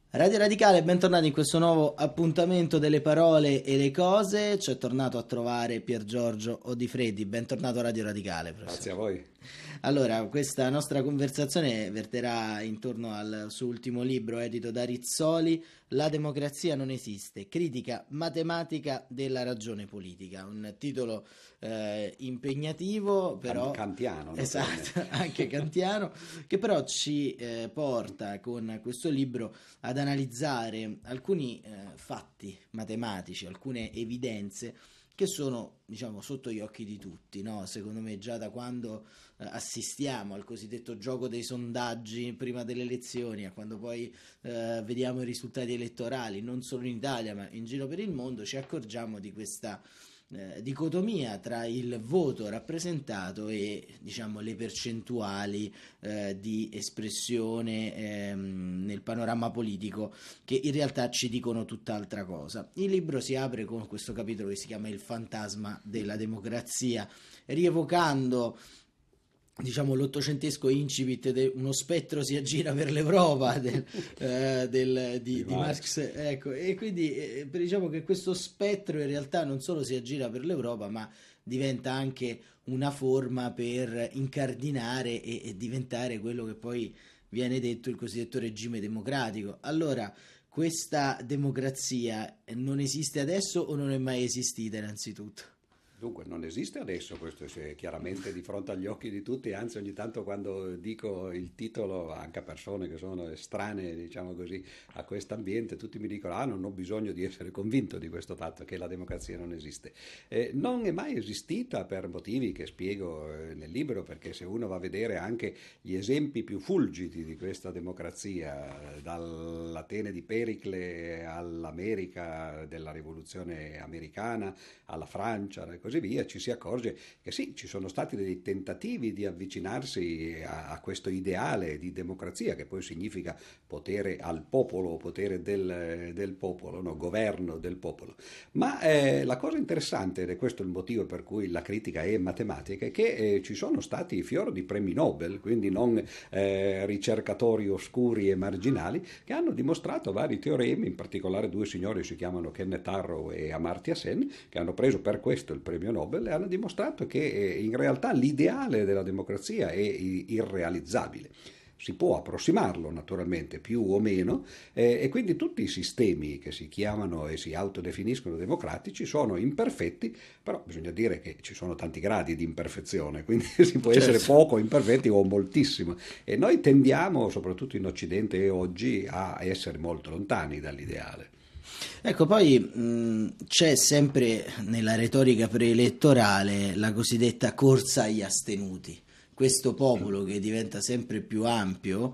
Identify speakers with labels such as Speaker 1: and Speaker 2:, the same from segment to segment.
Speaker 1: Radio Radicale, bentornati in questo nuovo appuntamento delle parole e le cose. Ci è tornato a trovare Pier Giorgio Odifreddi. Bentornato a Radio Radicale,
Speaker 2: Grazie a
Speaker 1: professore.
Speaker 2: voi.
Speaker 1: Allora, questa nostra conversazione verterà intorno al suo ultimo libro edito da Rizzoli, La democrazia non esiste, critica matematica della ragione politica. Un titolo impegnativo, però
Speaker 2: Kantiano,
Speaker 1: esatto,
Speaker 2: naturalmente.
Speaker 1: anche kantiano, che però ci porta con questo libro ad analizzare alcuni fatti matematici, alcune evidenze che sono, diciamo, sotto gli occhi di tutti, no? Secondo me già da quando assistiamo al cosiddetto gioco dei sondaggi prima delle elezioni, a quando poi vediamo i risultati elettorali, non solo in Italia ma in giro per il mondo, ci accorgiamo di questa dicotomia tra il voto rappresentato e, diciamo, le percentuali di espressione nel panorama politico, che in realtà ci dicono tutt'altra cosa. Il libro si apre con questo capitolo che si chiama Il fantasma della democrazia, rievocando, diciamo, l'ottocentesco incipit uno spettro si aggira per l'Europa di
Speaker 2: Marx.
Speaker 1: Marx, ecco, e quindi diciamo che questo spettro in realtà non solo si aggira per l'Europa, ma diventa anche una forma per incardinare e diventare quello che poi viene detto il cosiddetto regime democratico. Allora, questa democrazia non esiste adesso o non è mai esistita innanzitutto?
Speaker 2: Dunque, non esiste adesso, questo è chiaramente di fronte agli occhi di tutti, anzi ogni tanto quando dico il titolo anche a persone che sono estranee, diciamo così, a questo ambiente, tutti mi dicono non ho bisogno di essere convinto di questo fatto che la democrazia non esiste. Non è mai esistita per motivi che spiego nel libro, perché se uno va a vedere anche gli esempi più fulgidi di questa democrazia, dall'Atene di Pericle all'America della rivoluzione americana, alla Francia e così via, ci si accorge che sì, ci sono stati dei tentativi di avvicinarsi a questo ideale di democrazia, che poi significa potere al popolo, potere del popolo, no? Governo del popolo. Ma la cosa interessante, ed è questo il motivo per cui la critica è matematica, è che ci sono stati fior di premi Nobel, quindi non ricercatori oscuri e marginali, che hanno dimostrato vari teoremi, in particolare due signori si chiamano Kenneth Arrow e Amartya Sen, che hanno preso per questo il premio Nobel e hanno dimostrato che in realtà l'ideale della democrazia è irrealizzabile. Si può approssimarlo naturalmente più o meno e quindi tutti i sistemi che si chiamano e si autodefiniscono democratici sono imperfetti, però bisogna dire che ci sono tanti gradi di imperfezione, quindi si può essere
Speaker 1: Certo.
Speaker 2: poco imperfetti o moltissimo e noi tendiamo, soprattutto in Occidente e oggi, a essere molto lontani dall'ideale.
Speaker 1: Ecco, poi c'è sempre nella retorica preelettorale la cosiddetta corsa agli astenuti. Questo popolo che diventa sempre più ampio,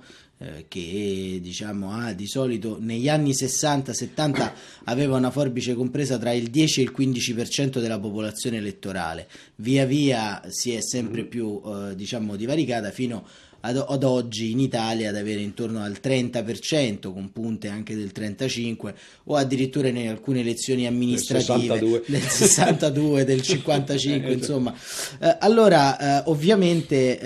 Speaker 1: che diciamo ha di solito negli anni 60-70 aveva una forbice compresa tra il 10 e il 15% della popolazione elettorale, via via si è sempre più diciamo divaricata fino ad oggi in Italia ad avere intorno al 30%, con punte anche del 35%, o addirittura in alcune elezioni
Speaker 2: Del
Speaker 1: amministrative
Speaker 2: 62.
Speaker 1: del 62, del 55, insomma. Allora, ovviamente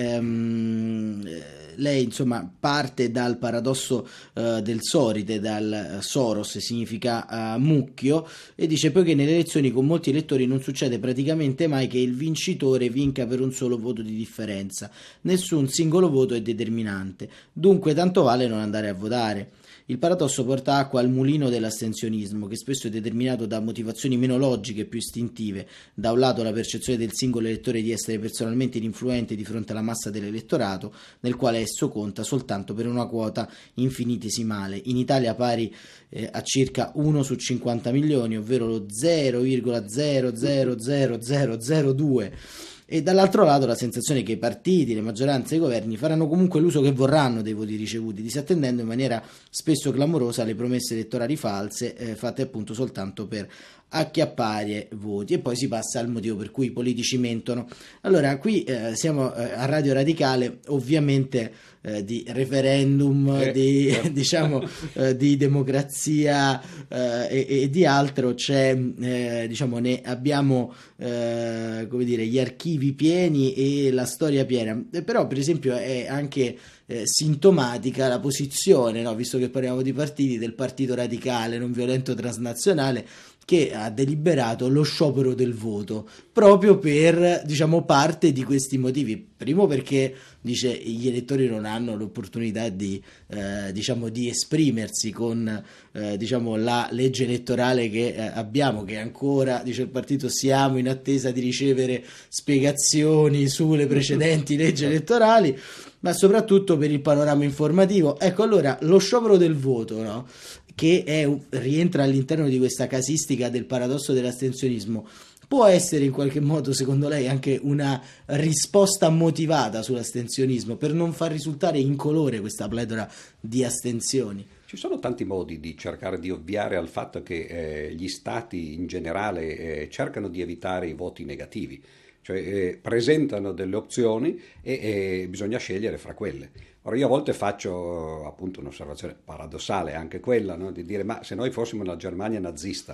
Speaker 1: lei, insomma, parte dal paradosso del Sorite, dal Soros significa mucchio, e dice: poiché nelle elezioni con molti elettori non succede praticamente mai che il vincitore vinca per un solo voto di differenza, nessun singolo voto è determinante, dunque tanto vale non andare a votare. Il paradosso porta acqua al mulino dell'astensionismo, che spesso è determinato da motivazioni meno logiche e più istintive. Da un lato la percezione del singolo elettore di essere personalmente ininfluente di fronte alla massa dell'elettorato, nel quale esso conta soltanto per una quota infinitesimale, in Italia pari a circa 1 su 50 milioni, ovvero lo 0,000002, e dall'altro lato la sensazione che i partiti, le maggioranze e i governi faranno comunque l'uso che vorranno dei voti ricevuti, disattendendo in maniera spesso clamorosa le promesse elettorali false, fatte appunto soltanto per acchiappare voti. E poi si passa al motivo per cui i politici mentono. Allora, qui siamo a Radio Radicale, ovviamente di referendum, di,
Speaker 2: Certo.
Speaker 1: diciamo, di democrazia e di altro c'è, diciamo, ne abbiamo come dire, gli archivi pieni e la storia piena. Però per esempio è anche sintomatica la posizione, no? Visto che parliamo di partiti, del Partito Radicale Non Violento Transnazionale, che ha deliberato lo sciopero del voto proprio per, diciamo, parte di questi motivi. Primo perché dice gli elettori non hanno l'opportunità di, diciamo, di esprimersi con, diciamo, la legge elettorale che abbiamo, che ancora, dice il partito, siamo in attesa di ricevere spiegazioni sulle precedenti leggi elettorali, ma soprattutto per il panorama informativo. Ecco, allora, lo sciopero del voto, no? Che rientra all'interno di questa casistica del paradosso dell'astensionismo, può essere in qualche modo, secondo lei, anche una risposta motivata sull'astensionismo per non far risultare incolore questa pletora di astensioni?
Speaker 2: Ci sono tanti modi di cercare di ovviare al fatto che gli stati in generale cercano di evitare i voti negativi, cioè presentano delle opzioni e bisogna scegliere fra quelle. Ora io a volte faccio appunto un'osservazione paradossale, anche quella, no? Di dire, ma se noi fossimo una Germania nazista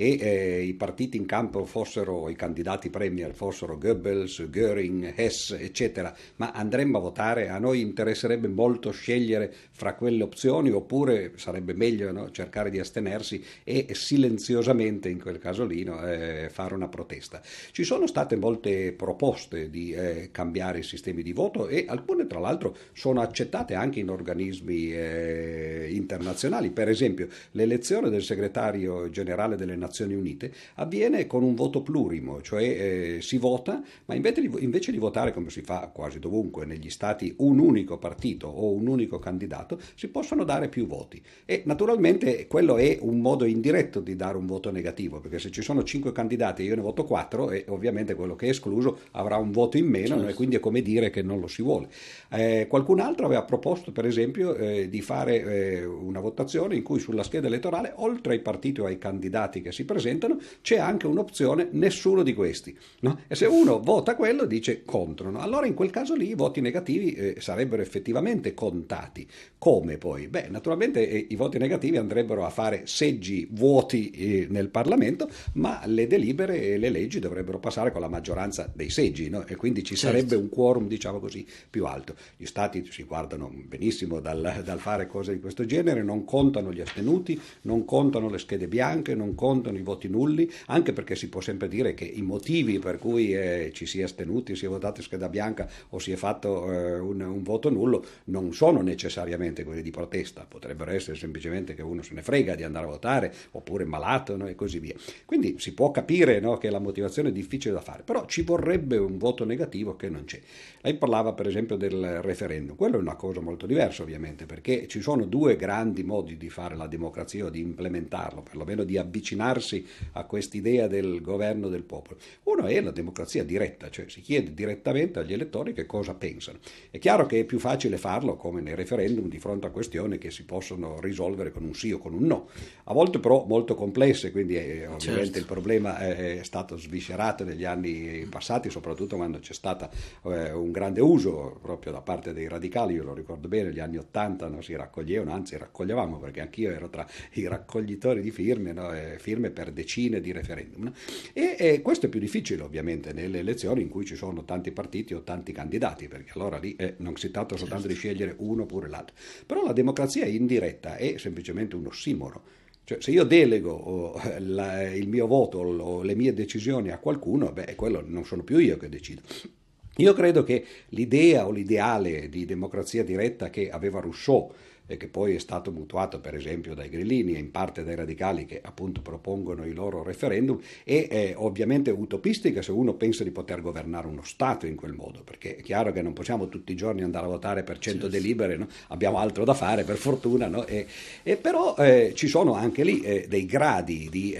Speaker 2: e i partiti in campo fossero, i candidati premier fossero Goebbels, Göring, Hess, eccetera, ma andremmo a votare? A noi interesserebbe molto scegliere fra quelle opzioni, oppure sarebbe meglio, no, cercare di astenersi e silenziosamente in quel caso lì, no, fare una protesta. Ci sono state molte proposte di cambiare i sistemi di voto e alcune tra l'altro sono accettate anche in organismi internazionali. Per esempio, l'elezione del segretario generale delle Nazioni Unite avviene con un voto plurimo, cioè si vota, ma invece di votare come si fa quasi dovunque negli stati un unico partito o un unico candidato, si possono dare più voti. E naturalmente quello è un modo indiretto di dare un voto negativo, perché se ci sono 5 candidati e io ne voto 4, e ovviamente quello che è escluso avrà un voto in meno, certo. E quindi è come dire che non lo si vuole. Qualcun altro aveva proposto, per esempio, di fare una votazione in cui sulla scheda elettorale, oltre ai partiti o ai candidati che si presentano, c'è anche un'opzione nessuno di questi, no? E se uno vota quello, dice contro, no? Allora in quel caso lì i voti negativi sarebbero effettivamente contati. Come poi? Beh, naturalmente i voti negativi andrebbero a fare seggi vuoti nel Parlamento, ma le delibere e le leggi dovrebbero passare con la maggioranza dei seggi, no? E quindi ci sarebbe un quorum, diciamo così, più alto. Gli stati si guardano benissimo dal fare cose di questo genere, non contano gli astenuti, non contano le schede bianche, non contano i voti nulli, anche perché si può sempre dire che i motivi per cui ci si è astenuti, si è votato scheda bianca o si è fatto un voto nullo non sono necessariamente quelli di protesta, potrebbero essere semplicemente che uno se ne frega di andare a votare, oppure malato, no? E così via. Quindi si può capire, no, che la motivazione è difficile da fare, però ci vorrebbe un voto negativo che non c'è. Lei parlava per esempio del referendum, quello è una cosa molto diversa ovviamente, perché ci sono due grandi modi di fare la democrazia o di implementarlo, perlomeno di avvicinarsi a quest'idea del governo del popolo. Uno è la democrazia diretta, cioè si chiede direttamente agli elettori che cosa pensano. È chiaro che è più facile farlo, come nei referendum, di fronte a questioni che si possono risolvere con un sì o con un no, a volte però molto complesse, quindi ovviamente il problema è stato sviscerato negli anni passati, soprattutto quando c'è stato un grande uso proprio da parte dei radicali. Io lo ricordo bene, negli anni '80, no, si raccoglievano, anzi raccoglievamo, perché anch'io ero tra i raccoglitori di firme, no, firme per decine di referendum, no? E questo è più difficile ovviamente nelle elezioni in cui ci sono tanti partiti o tanti candidati, perché allora lì non si tratta soltanto di scegliere uno oppure l'altro. Però la democrazia indiretta è semplicemente un ossimoro. Cioè, se io delego il mio voto o le mie decisioni a qualcuno, beh, quello non sono più io che decido. Io credo che l'idea o l'ideale di democrazia diretta che aveva Rousseau, e che poi è stato mutuato per esempio dai grillini e in parte dai radicali che appunto propongono i loro referendum, è ovviamente utopistica se uno pensa di poter governare uno Stato in quel modo, perché è chiaro che non possiamo tutti i giorni andare a votare per 100 delibere, no? Abbiamo altro da fare, per fortuna, no? Però ci sono anche lì dei gradi di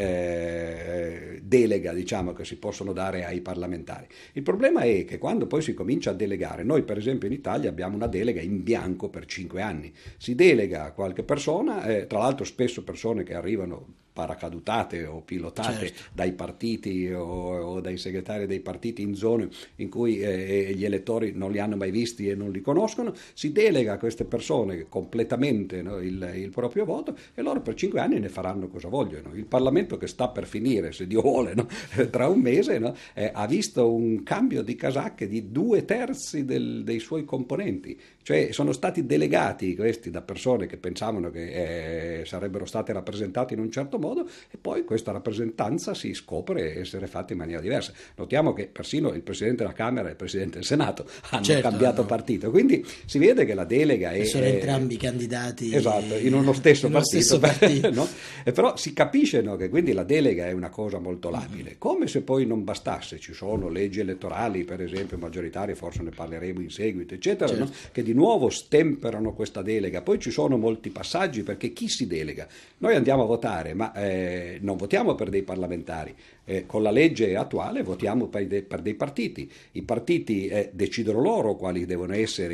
Speaker 2: delega, diciamo, che si possono dare ai parlamentari. Il problema è che quando poi si comincia a delegare, noi per esempio in Italia abbiamo una delega in bianco per 5 anni, si delega a qualche persona, tra l'altro spesso persone che arrivano paracadutate o pilotate dai partiti o dai segretari dei partiti in zone in cui gli elettori non li hanno mai visti e non li conoscono, si delega a queste persone completamente, no, il proprio voto, e loro per 5 anni ne faranno cosa vogliono. Il Parlamento, che sta per finire, se Dio vuole, no, tra un mese, no, ha visto un cambio di casacche di 2/3 dei suoi componenti, cioè sono stati delegati questi da persone che pensavano che sarebbero state rappresentate in un certo modo, e poi questa rappresentanza si scopre essere fatta in maniera diversa. Notiamo che persino il Presidente della Camera e il Presidente del Senato hanno cambiato partito, quindi si vede che la delega
Speaker 1: sono entrambi candidati
Speaker 2: in uno stesso partito. No? Però si capisce, no, che quindi la delega è una cosa molto labile, come se poi non bastasse. Ci sono leggi elettorali, per esempio maggioritarie, forse ne parleremo in seguito, eccetera, no? Che di nuovo stemperano questa delega. Poi ci sono molti passaggi, perché chi si delega? Noi andiamo a votare, ma non votiamo per dei parlamentari. Con la legge attuale votiamo per dei partiti. I partiti decidono loro quali devono essere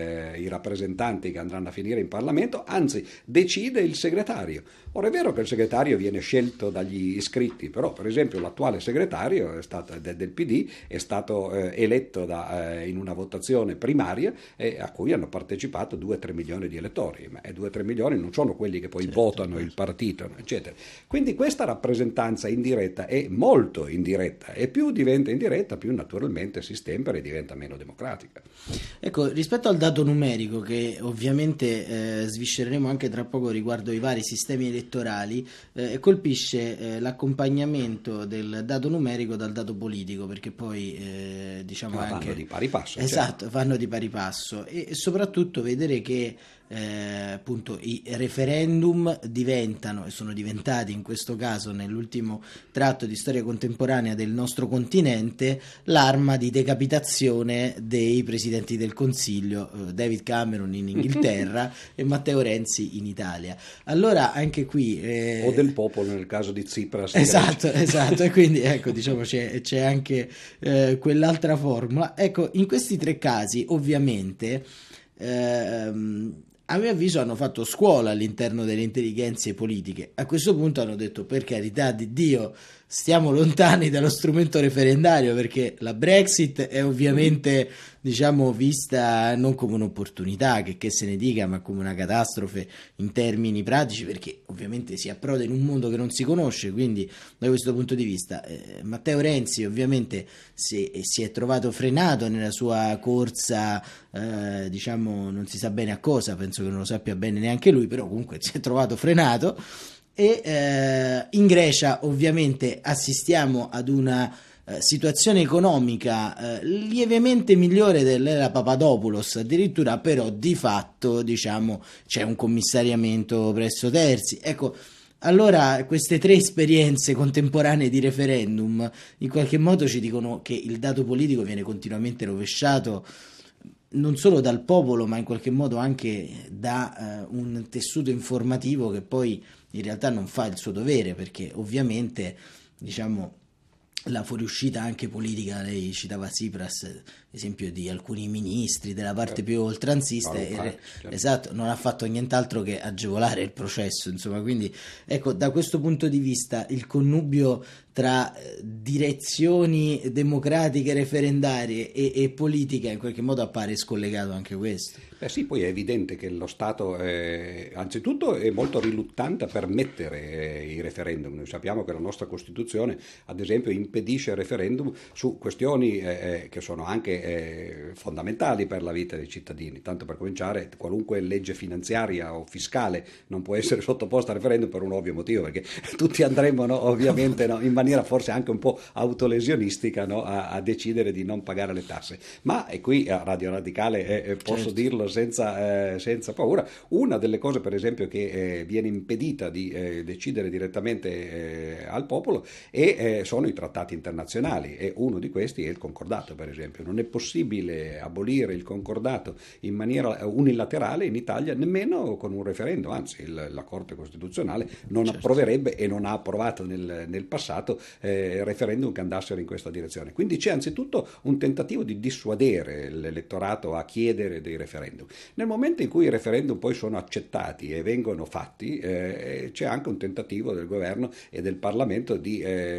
Speaker 2: i rappresentanti che andranno a finire in Parlamento, anzi decide il segretario. Ora è vero che il segretario viene scelto dagli iscritti, però per esempio l'attuale segretario del PD è stato eletto in una votazione primaria a cui hanno partecipato 2-3 milioni di elettori, ma 2-3 milioni non sono quelli che poi votano il partito, eccetera. Quindi questa rappresentanza indiretta è molto indiretta, e più diventa indiretta più naturalmente si stempera e diventa meno democratica.
Speaker 1: Ecco, rispetto al dato numerico, che ovviamente sviscereremo anche tra poco riguardo i vari sistemi elettorali, colpisce l'accompagnamento del dato numerico dal dato politico, perché poi diciamo anche
Speaker 2: vanno di pari passo.
Speaker 1: Esatto, vanno di pari passo, e soprattutto vedere che appunto i referendum diventano, e sono diventati in questo caso nell'ultimo tratto di storia contemporanea del nostro continente, l'arma di decapitazione dei presidenti del Consiglio, David Cameron in Inghilterra e Matteo Renzi in Italia. Allora anche qui
Speaker 2: o del popolo nel caso di Tsipras.
Speaker 1: Esatto, e quindi ecco, diciamo c'è anche quell'altra formula. Ecco, in questi 3 casi ovviamente a mio avviso hanno fatto scuola all'interno delle intelligenze politiche. A questo punto hanno detto: per carità di Dio, stiamo lontani dallo strumento referendario, perché la Brexit è ovviamente, diciamo, vista non come un'opportunità, che se ne dica, ma come una catastrofe in termini pratici, perché ovviamente si approda in un mondo che non si conosce. Quindi da questo punto di vista Matteo Renzi ovviamente si è trovato frenato nella sua corsa, diciamo non si sa bene a cosa, penso che non lo sappia bene neanche lui, però comunque si è trovato frenato. E in Grecia ovviamente assistiamo ad una situazione economica lievemente migliore dell'era Papadopoulos addirittura, però di fatto, diciamo, c'è un commissariamento presso terzi. Ecco, allora queste 3 esperienze contemporanee di referendum in qualche modo ci dicono che il dato politico viene continuamente rovesciato, non solo dal popolo, ma in qualche modo anche da un tessuto informativo che poi in realtà non fa il suo dovere, perché ovviamente, diciamo, la fuoriuscita anche politica, lei citava Tsipras, esempio di alcuni ministri della parte più oltranzista, esatto, non ha fatto nient'altro che agevolare il processo, insomma. Quindi ecco, da questo punto di vista il connubio tra direzioni democratiche referendarie e politica in qualche modo appare scollegato anche questo.
Speaker 2: Sì, poi è evidente che lo Stato anzitutto è molto riluttante a permettere i referendum. Noi sappiamo che la nostra Costituzione, ad esempio, impedisce il referendum su questioni che sono anche fondamentali per la vita dei cittadini. Tanto per cominciare, qualunque legge finanziaria o fiscale non può essere sottoposta a referendum per un ovvio motivo, perché tutti andremo, no, ovviamente, no, in maniera forse anche un po' autolesionistica, no, a decidere di non pagare le tasse. Ma, e qui a Radio Radicale posso dirlo senza paura, una delle cose per esempio che viene impedita di decidere direttamente al popolo sono i trattati internazionali, e uno di questi è il concordato, per esempio. Non è possibile abolire il concordato in maniera unilaterale in Italia, nemmeno con un referendum, anzi la Corte Costituzionale non approverebbe e non ha approvato nel passato referendum che andassero in questa direzione. Quindi c'è anzitutto un tentativo di dissuadere l'elettorato a chiedere dei referendum. referendum. Nel momento in cui i referendum poi sono accettati e vengono fatti, c'è anche un tentativo del governo e del Parlamento di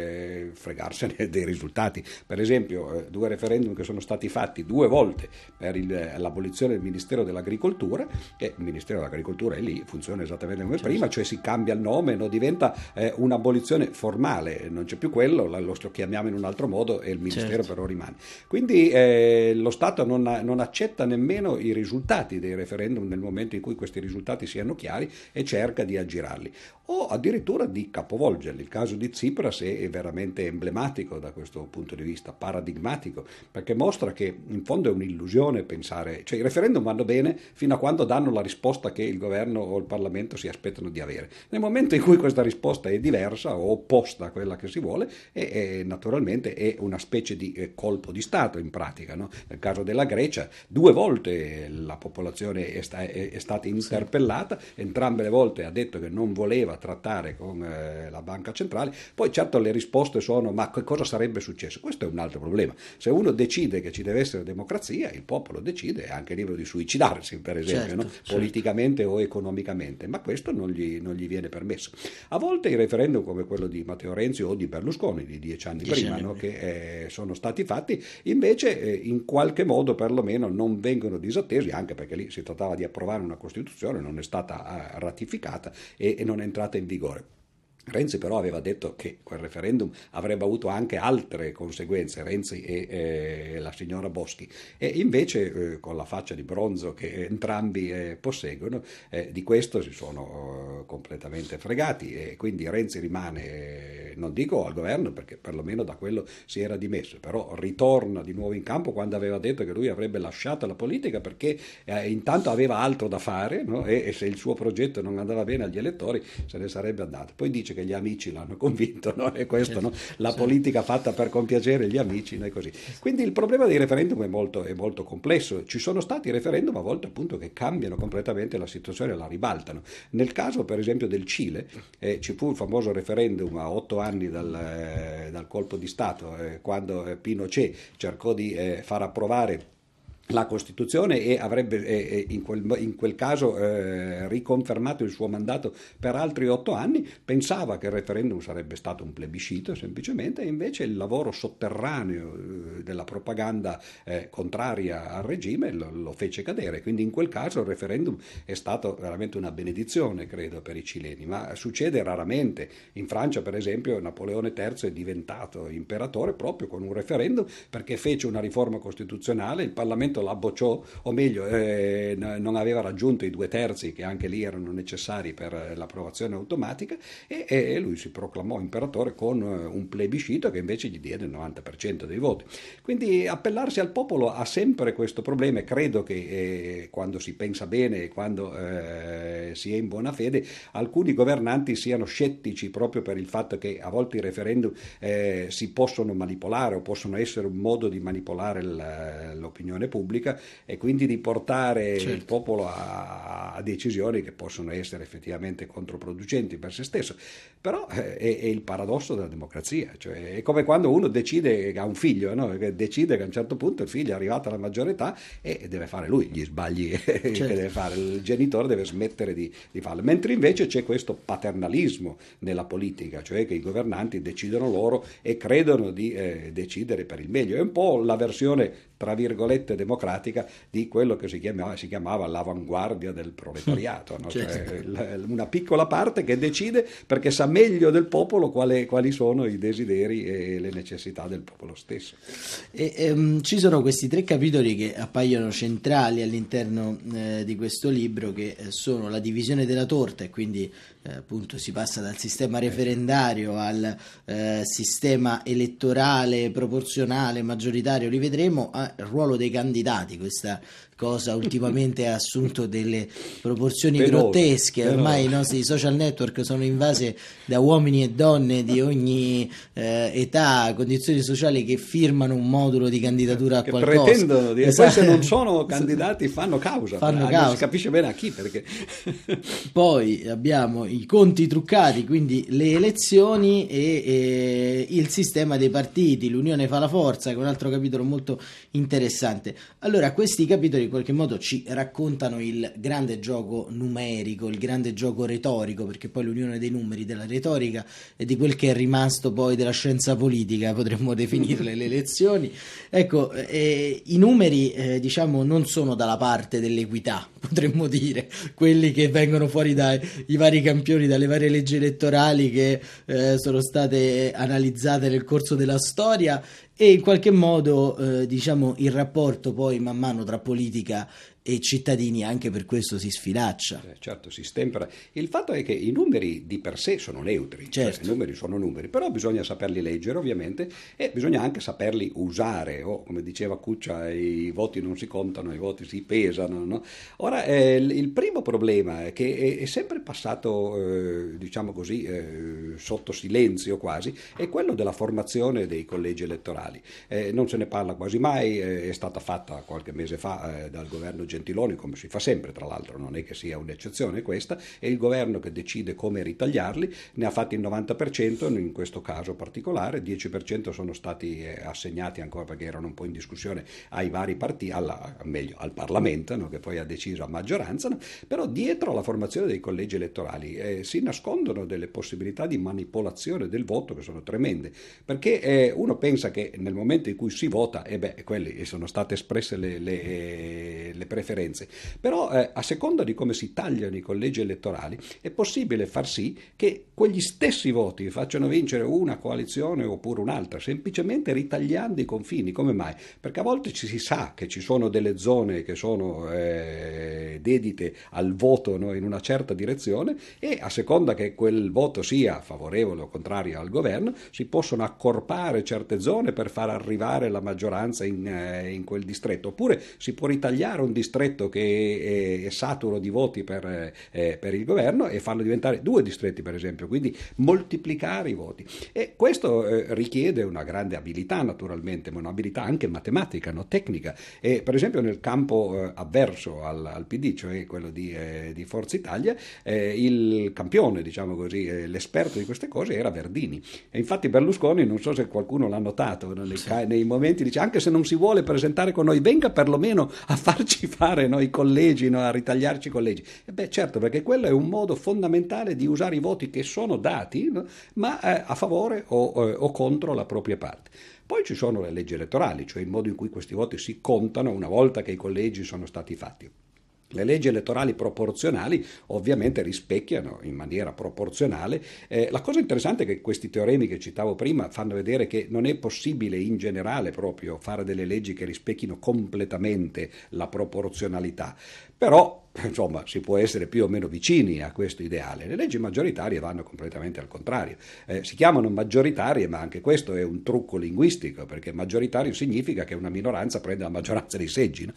Speaker 2: fregarsene dei risultati. Per esempio, 2 referendum che sono stati fatti 2 volte per l'abolizione del Ministero dell'Agricoltura, e il Ministero dell'Agricoltura è lì, funziona esattamente come prima, cioè si cambia il nome, non diventa un'abolizione formale, non c'è più quello, lo chiamiamo in un altro modo e il Ministero però rimane. Quindi lo Stato non accetta nemmeno i risultati dei referendum nel momento in cui questi risultati siano chiari e cerca di aggirarli o addirittura di capovolgerli. Il caso di Tsipras è veramente emblematico da questo punto di vista, paradigmatico, perché mostra che in fondo è un'illusione pensare, cioè i referendum vanno bene fino a quando danno la risposta che il governo o il Parlamento si aspettano di avere. Nel momento in cui questa risposta è diversa o opposta a quella che si vuole, naturalmente è una specie di colpo di Stato in pratica, no? Nel caso della Grecia 2 volte la popolazione è stata interpellata, entrambe le volte ha detto che non voleva trattare con la banca centrale. Poi certo le risposte sono: ma che cosa sarebbe successo? Questo è un altro problema. Se uno decide che ci deve essere democrazia, il popolo decide, è anche libero di suicidarsi, per esempio, no? Politicamente o economicamente, ma questo non gli viene permesso. A volte i referendum come quello di Matteo Renzi o di Berlusconi di 10 anni prima, no? Che sono stati fatti, invece in qualche modo perlomeno non vengono disattesi, anche perché lì si trattava di approvare una Costituzione, non è stata ratificata e non è entrata in vigore. Renzi però aveva detto che quel referendum avrebbe avuto anche altre conseguenze, Renzi e la signora Boschi, e invece con la faccia di bronzo che entrambi posseggono, di questo si sono completamente fregati, e quindi Renzi rimane, non dico al governo perché perlomeno da quello si era dimesso, però ritorna di nuovo in campo quando aveva detto che lui avrebbe lasciato la politica perché intanto aveva altro da fare, no? E se il suo progetto non andava bene agli elettori se ne sarebbe andato. Poi dice che gli amici l'hanno convinto, no? E questo, no? La politica fatta per compiacere gli amici, no? È così. Quindi il problema dei referendum è molto complesso. Ci sono stati referendum a volte appunto che cambiano completamente la situazione, la ribaltano. Nel caso per esempio del Cile ci fu il famoso referendum a 8 anni dal colpo di Stato, quando Pinochet cercò di far approvare la Costituzione e avrebbe in quel caso riconfermato il suo mandato per altri 8 anni. Pensava che il referendum sarebbe stato un plebiscito semplicemente, e invece il lavoro sotterraneo della propaganda contraria al regime lo fece cadere. Quindi in quel caso il referendum è stato veramente una benedizione, credo, per i cileni, ma succede raramente. In Francia per esempio Napoleone III è diventato imperatore proprio con un referendum, perché fece una riforma costituzionale, il Parlamento la bocciò, o meglio non aveva raggiunto i 2/3 che anche lì erano necessari per l'approvazione automatica, e lui si proclamò imperatore con un plebiscito che invece gli diede il 90% dei voti. Quindi appellarsi al popolo ha sempre questo problema, e credo che quando si pensa bene e quando si è in buona fede, alcuni governanti siano scettici proprio per il fatto che a volte i referendum si possono manipolare o possono essere un modo di manipolare l'opinione pubblica, e quindi di portare il popolo a decisioni che possono essere effettivamente controproducenti per se stesso. Però è il paradosso della democrazia, cioè è come quando uno decide che ha un figlio, no? Che decide che a un certo punto il figlio è arrivato alla maggiore età e deve fare lui gli sbagli che deve fare, il genitore deve smettere di farlo, mentre invece c'è questo paternalismo nella politica, cioè che i governanti decidono loro e credono di decidere per il meglio. È un po' la versione tra virgolette democratica di quello che si chiamava l'avanguardia del proletariato, no? Cioè, una piccola parte che decide perché sa meglio del popolo quali sono i desideri e le necessità del popolo stesso.
Speaker 1: Ci sono questi 3 capitoli che appaiono centrali all'interno di questo libro, che sono la divisione della torta, e quindi appunto si passa dal sistema referendario al sistema elettorale proporzionale maggioritario, li vedremo, al ruolo dei candidati. Questa cosa ultimamente ha assunto delle proporzioni grottesche. Ormai i nostri social network sono invase da uomini e donne di ogni età, condizioni sociali, che firmano un modulo di candidatura a qualcosa,
Speaker 2: pretendono di, esatto. Poi se non sono candidati fanno causa. Non si capisce bene a chi, perché
Speaker 1: poi abbiamo i conti truccati, quindi le elezioni, e il sistema dei partiti. L'unione fa la forza, che è un altro capitolo molto interessante. Allora, questi capitoli in qualche modo ci raccontano il grande gioco numerico, il grande gioco retorico, perché poi l'unione dei numeri, della retorica e di quel che è rimasto poi della scienza politica, potremmo definirle le elezioni. Ecco, i numeri, diciamo, non sono dalla parte dell'equità, potremmo dire, quelli che vengono fuori dai vari campioni, dalle varie leggi elettorali che sono state analizzate nel corso della storia, e in qualche modo diciamo il rapporto poi man mano tra politica e cittadini anche per questo si sfilaccia.
Speaker 2: Certo, si stempera. Il fatto è che i numeri di per sé sono neutri,
Speaker 1: Certo.
Speaker 2: I numeri sono numeri, però bisogna saperli leggere ovviamente e bisogna anche saperli usare, o come diceva Cuccia, i voti non si contano, i voti si pesano, no? Ora, il primo problema è che è sempre passato, diciamo così, sotto silenzio quasi, è quello della formazione dei collegi elettorali. Non se ne parla quasi mai, è stata fatta qualche mese fa dal governo Gentiloni, come si fa sempre, tra l'altro non è che sia un'eccezione questa, è il governo che decide come ritagliarli, ne ha fatti il 90% in questo caso particolare, 10% sono stati assegnati ancora perché erano un po' in discussione ai vari partiti, meglio al Parlamento, no, che poi ha deciso a maggioranza, no? Però dietro alla formazione dei collegi elettorali si nascondono delle possibilità di manipolazione del voto che sono tremende, perché uno pensa che nel momento in cui si vota, quelli sono state espresse le preferenze, però a seconda di come si tagliano i collegi elettorali è possibile far sì che quegli stessi voti facciano vincere una coalizione oppure un'altra, semplicemente ritagliando i confini. Come mai? Perché a volte si sa che ci sono delle zone che sono dedite al voto, no, in una certa direzione, e a seconda che quel voto sia favorevole o contrario al governo si possono accorpare certe zone per far arrivare la maggioranza in quel distretto, oppure si può ritagliare un distretto che è saturo di voti per il governo e farlo diventare 2 distretti, per esempio, quindi moltiplicare i voti. E questo richiede una grande abilità, naturalmente, ma un'abilità anche matematica, no? Tecnica. E per esempio nel campo avverso al PD, cioè quello di Forza Italia, il campione, diciamo così, l'esperto di queste cose era Verdini. E infatti Berlusconi, non so se qualcuno l'ha notato, no? Nei momenti dice: anche se non si vuole presentare con noi, venga perlomeno a farci fare, no, i collegi, no, a ritagliarci i collegi. E certo, perché quello è un modo fondamentale di usare i voti che sono dati, no, ma a favore o contro la propria parte. Poi ci sono le leggi elettorali, cioè il modo in cui questi voti si contano una volta che i collegi sono stati fatti. Le leggi elettorali proporzionali ovviamente rispecchiano in maniera proporzionale. La cosa interessante è che questi teoremi che citavo prima fanno vedere che non è possibile in generale proprio fare delle leggi che rispecchino completamente la proporzionalità, però insomma si può essere più o meno vicini a questo ideale. Le leggi maggioritarie vanno completamente al contrario, si chiamano maggioritarie, ma anche questo è un trucco linguistico, perché maggioritario significa che una minoranza prende la maggioranza dei seggi, no?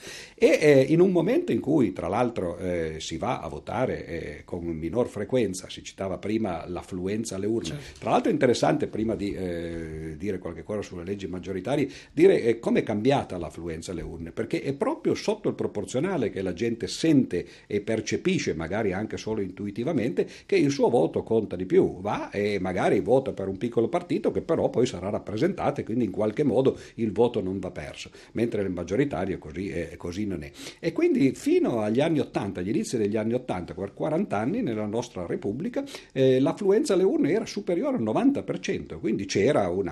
Speaker 2: E in un momento in cui tra l'altro si va a votare con minor frequenza, si citava prima l'affluenza alle urne, certo. Tra l'altro è interessante, prima di dire qualche cosa sulle leggi maggioritarie, dire come è cambiata l'affluenza alle urne, perché è proprio sotto il proporzionale che la gente sente e percepisce, magari anche solo intuitivamente, che il suo voto conta di più, va e magari vota per un piccolo partito che però poi sarà rappresentato e quindi in qualche modo il voto non va perso, mentre nel maggioritario così non è. E quindi fino agli anni 80, agli inizi degli anni 80, per 40 anni nella nostra Repubblica, l'affluenza alle urne era superiore al 90%, quindi c'era un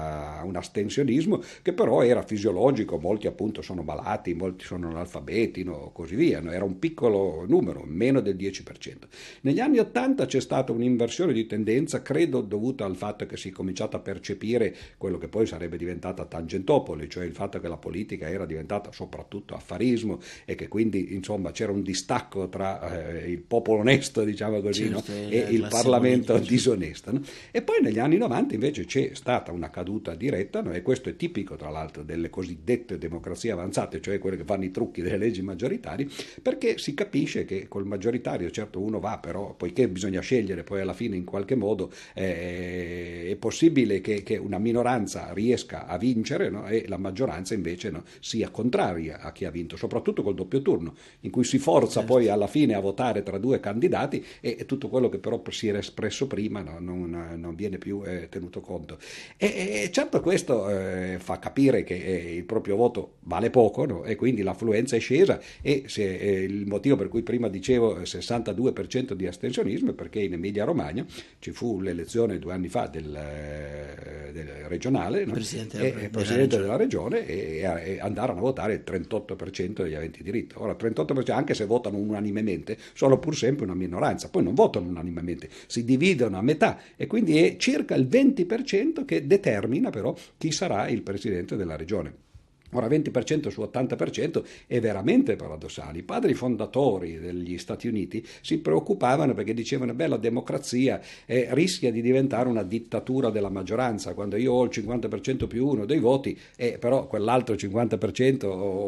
Speaker 2: astensionismo che però era fisiologico, molti appunto sono malati, molti sono analfabeti, no, così via, no? Era un piccolo numero, meno del 10%. Negli anni 80 c'è stata un'inversione di tendenza, credo dovuta al fatto che si è cominciato a percepire quello che poi sarebbe diventata Tangentopoli, cioè il fatto che la politica era diventata soprattutto affarismo e che quindi insomma c'era un distacco tra il popolo onesto, diciamo così, certo, no? E il Parlamento disonesto, no? E poi negli anni 90 invece c'è stata una caduta diretta, no? E questo è tipico tra l'altro delle cosiddette democrazie avanzate, cioè quelle che fanno i trucchi delle leggi maggioritarie, perché si si capisce che col maggioritario certo uno va, però poiché bisogna scegliere poi alla fine in qualche modo, è possibile che una minoranza riesca a vincere, no? E la maggioranza invece, no, sia contraria a chi ha vinto, soprattutto col doppio turno, in cui si forza poi alla fine a votare tra due candidati e tutto quello che però si era espresso prima, no, non viene più tenuto conto. E certo questo fa capire che il proprio voto vale poco, no? E quindi l'affluenza è scesa, e se, il motivo per cui prima dicevo 62% di astensionismo è perché in Emilia Romagna ci fu l'elezione 2 anni fa del regionale, no? Presidente della regione, e andarono a votare il 38% degli aventi diritto. Ora 38%, anche se votano unanimemente, sono pur sempre una minoranza, poi non votano unanimemente, si dividono a metà, e quindi è circa il 20% che determina però chi sarà il presidente della regione. Ora 20% su 80% è veramente paradossale. I padri fondatori degli Stati Uniti si preoccupavano perché dicevano: beh, la democrazia rischia di diventare una dittatura della maggioranza, quando io ho il 50% più uno dei voti, però quell'altro 50%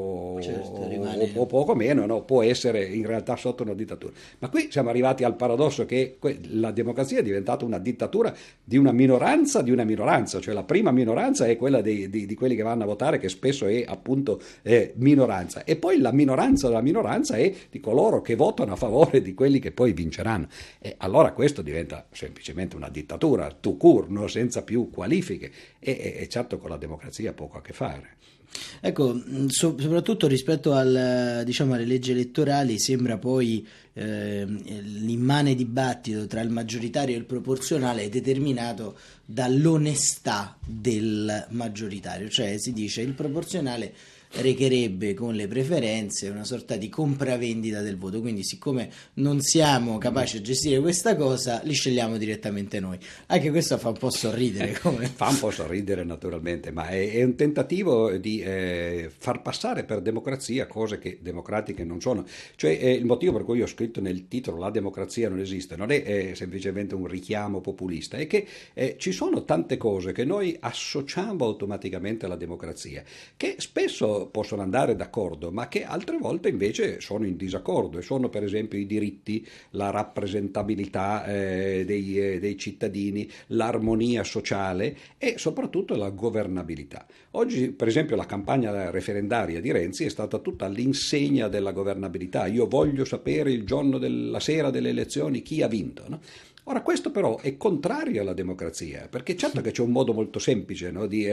Speaker 2: o poco meno, no, può essere in realtà sotto una dittatura. Ma qui siamo arrivati al paradosso che la democrazia è diventata una dittatura di una minoranza, cioè la prima minoranza è quella di quelli che vanno a votare, che spesso è appunto minoranza, e poi la minoranza della minoranza è di coloro che votano a favore di quelli che poi vinceranno, e allora questo diventa semplicemente una dittatura tout court, no? Senza più qualifiche, e certo con la democrazia ha poco a che fare.
Speaker 1: Ecco, soprattutto rispetto diciamo, alle leggi elettorali sembra poi l'immane dibattito tra il maggioritario e il proporzionale è determinato dall'onestà del maggioritario, cioè si dice il proporzionale recherebbe con le preferenze una sorta di compravendita del voto, quindi siccome non siamo capaci a gestire questa cosa li scegliamo direttamente noi. Anche questo fa un po' sorridere.
Speaker 2: Fa un po' sorridere naturalmente, ma è un tentativo di far passare per democrazia cose che democratiche non sono. Cioè il motivo per cui ho scritto nel titolo "La democrazia non esiste" non è semplicemente un richiamo populista, è che ci sono tante cose che noi associamo automaticamente alla democrazia, che spesso possono andare d'accordo, ma che altre volte invece sono in disaccordo, e sono per esempio i diritti, la rappresentabilità dei cittadini, l'armonia sociale e soprattutto la governabilità. Oggi per esempio la campagna referendaria di Renzi è stata tutta all'insegna della governabilità. Io voglio sapere il giorno della sera delle elezioni chi ha vinto, no? Ora questo però è contrario alla democrazia, perché certo che c'è un modo molto semplice, no, di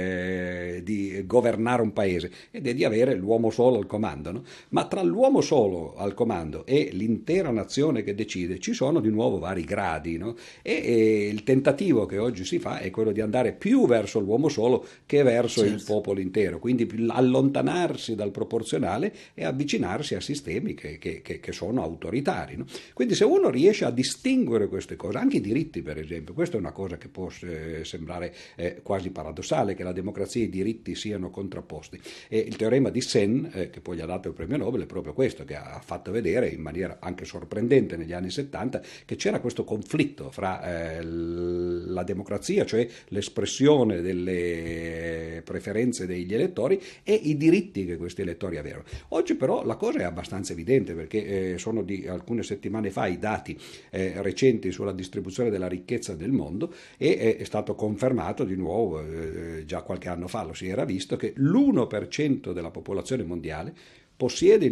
Speaker 2: governare un paese, ed è di avere l'uomo solo al comando, no? Ma tra l'uomo solo al comando e l'intera nazione che decide ci sono di nuovo vari gradi, no? E il tentativo che oggi si fa è quello di andare più verso l'uomo solo che verso il popolo intero, quindi allontanarsi dal proporzionale e avvicinarsi a sistemi che sono autoritari, no? Quindi se uno riesce a distinguere queste cose, anche i diritti per esempio, questa è una cosa che può sembrare quasi paradossale, che la democrazia e i diritti siano contrapposti. Il teorema di Sen, che poi gli ha dato il premio Nobel, è proprio questo, che ha fatto vedere in maniera anche sorprendente negli anni 70 che c'era questo conflitto fra la democrazia, cioè l'espressione delle preferenze degli elettori, e i diritti che questi elettori avevano. Oggi però la cosa è abbastanza evidente, perché sono di alcune settimane fa i dati recenti sulla distribuzione della ricchezza del mondo, e è stato confermato di nuovo, già qualche anno fa lo si era visto, che l'1% della popolazione mondiale possiede il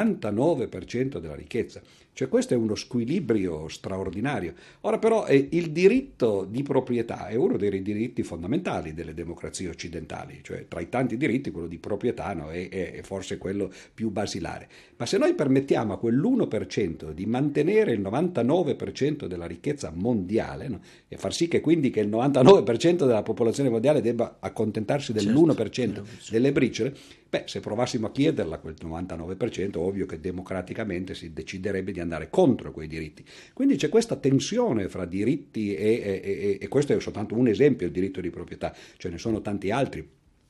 Speaker 2: 99% della ricchezza. Cioè questo è uno squilibrio straordinario. Ora però il diritto di proprietà è uno dei diritti fondamentali delle democrazie occidentali, cioè tra i tanti diritti quello di proprietà, no, è forse quello più basilare. Ma se noi permettiamo a quell'1% di mantenere il 99% della ricchezza mondiale, no, e far sì che quindi che il 99% della popolazione mondiale debba accontentarsi dell'1% delle briciole, se provassimo a chiederla quel 99%, ovvio che democraticamente si deciderebbe di andare contro quei diritti. Quindi c'è questa tensione fra diritti e questo è soltanto un esempio, il diritto di proprietà, ce ne sono tanti altri.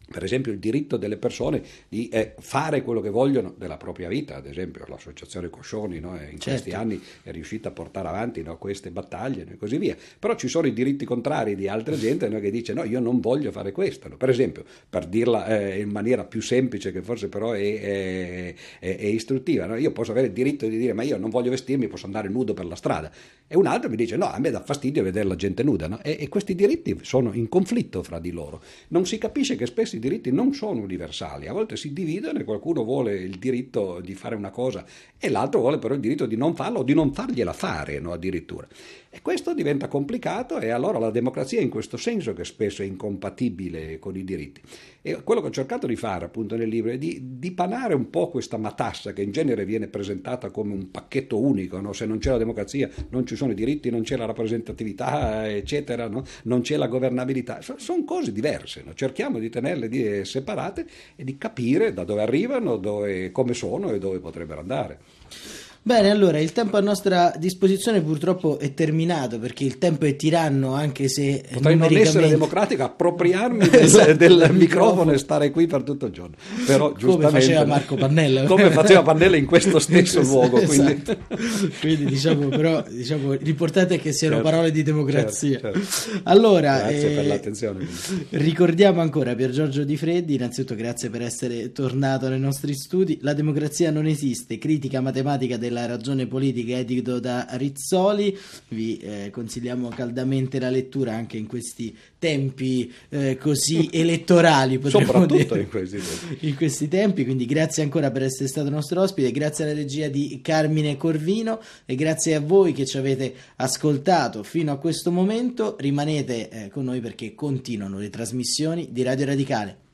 Speaker 2: Per esempio il diritto delle persone di fare quello che vogliono della propria vita, ad esempio l'associazione Coscioni, no? In questi anni è riuscita a portare avanti, no, queste battaglie, no, e così via. Però ci sono i diritti contrari di altra gente, no, che dice no, io non voglio fare questo. No? Per esempio, per dirla in maniera più semplice, che forse però è istruttiva, no? Io posso avere il diritto di dire ma io non voglio vestirmi, posso andare nudo per la strada. E un altro mi dice no, a me dà fastidio vedere la gente nuda. No? E questi diritti sono in conflitto fra di loro. Non si capisce che spesso i diritti non sono universali, a volte si dividono e qualcuno vuole il diritto di fare una cosa e l'altro vuole però il diritto di non farlo o di non fargliela fare, no, addirittura. E questo diventa complicato e allora la democrazia è in questo senso che spesso è incompatibile con i diritti. E quello che ho cercato di fare appunto nel libro è di dipanare un po' questa matassa che in genere viene presentata come un pacchetto unico, no? Se non c'è la democrazia non ci sono i diritti, non c'è la rappresentatività, eccetera, no? Non c'è la governabilità, sono cose diverse, no? Cerchiamo di tenerle separate e di capire da dove arrivano, come sono e dove potrebbero andare.
Speaker 1: Bene, allora il tempo a nostra disposizione purtroppo è terminato, perché il tempo è tiranno, anche se
Speaker 2: potrei non essere democratico, appropriarmi del microfono e stare qui per tutto il giorno. Però,
Speaker 1: come faceva Marco Pannella.
Speaker 2: Come faceva Pannella in questo stesso luogo. Quindi,
Speaker 1: quindi diciamo, l'importante è che siano parole di democrazia.
Speaker 2: Certo.
Speaker 1: Allora,
Speaker 2: grazie per l'attenzione.
Speaker 1: Ricordiamo ancora Pier Giorgio Di Freddi, innanzitutto grazie per essere tornato nei nostri studi. La democrazia non esiste, critica matematica della ragione politica, edito da Rizzoli. Vi consigliamo caldamente la lettura anche in questi tempi così elettorali,
Speaker 2: soprattutto in
Speaker 1: questi tempi. Quindi grazie ancora per essere stato nostro ospite, grazie alla regia di Carmine Corvino e grazie a voi che ci avete ascoltato fino a questo momento. Rimanete con noi perché continuano le trasmissioni di Radio Radicale.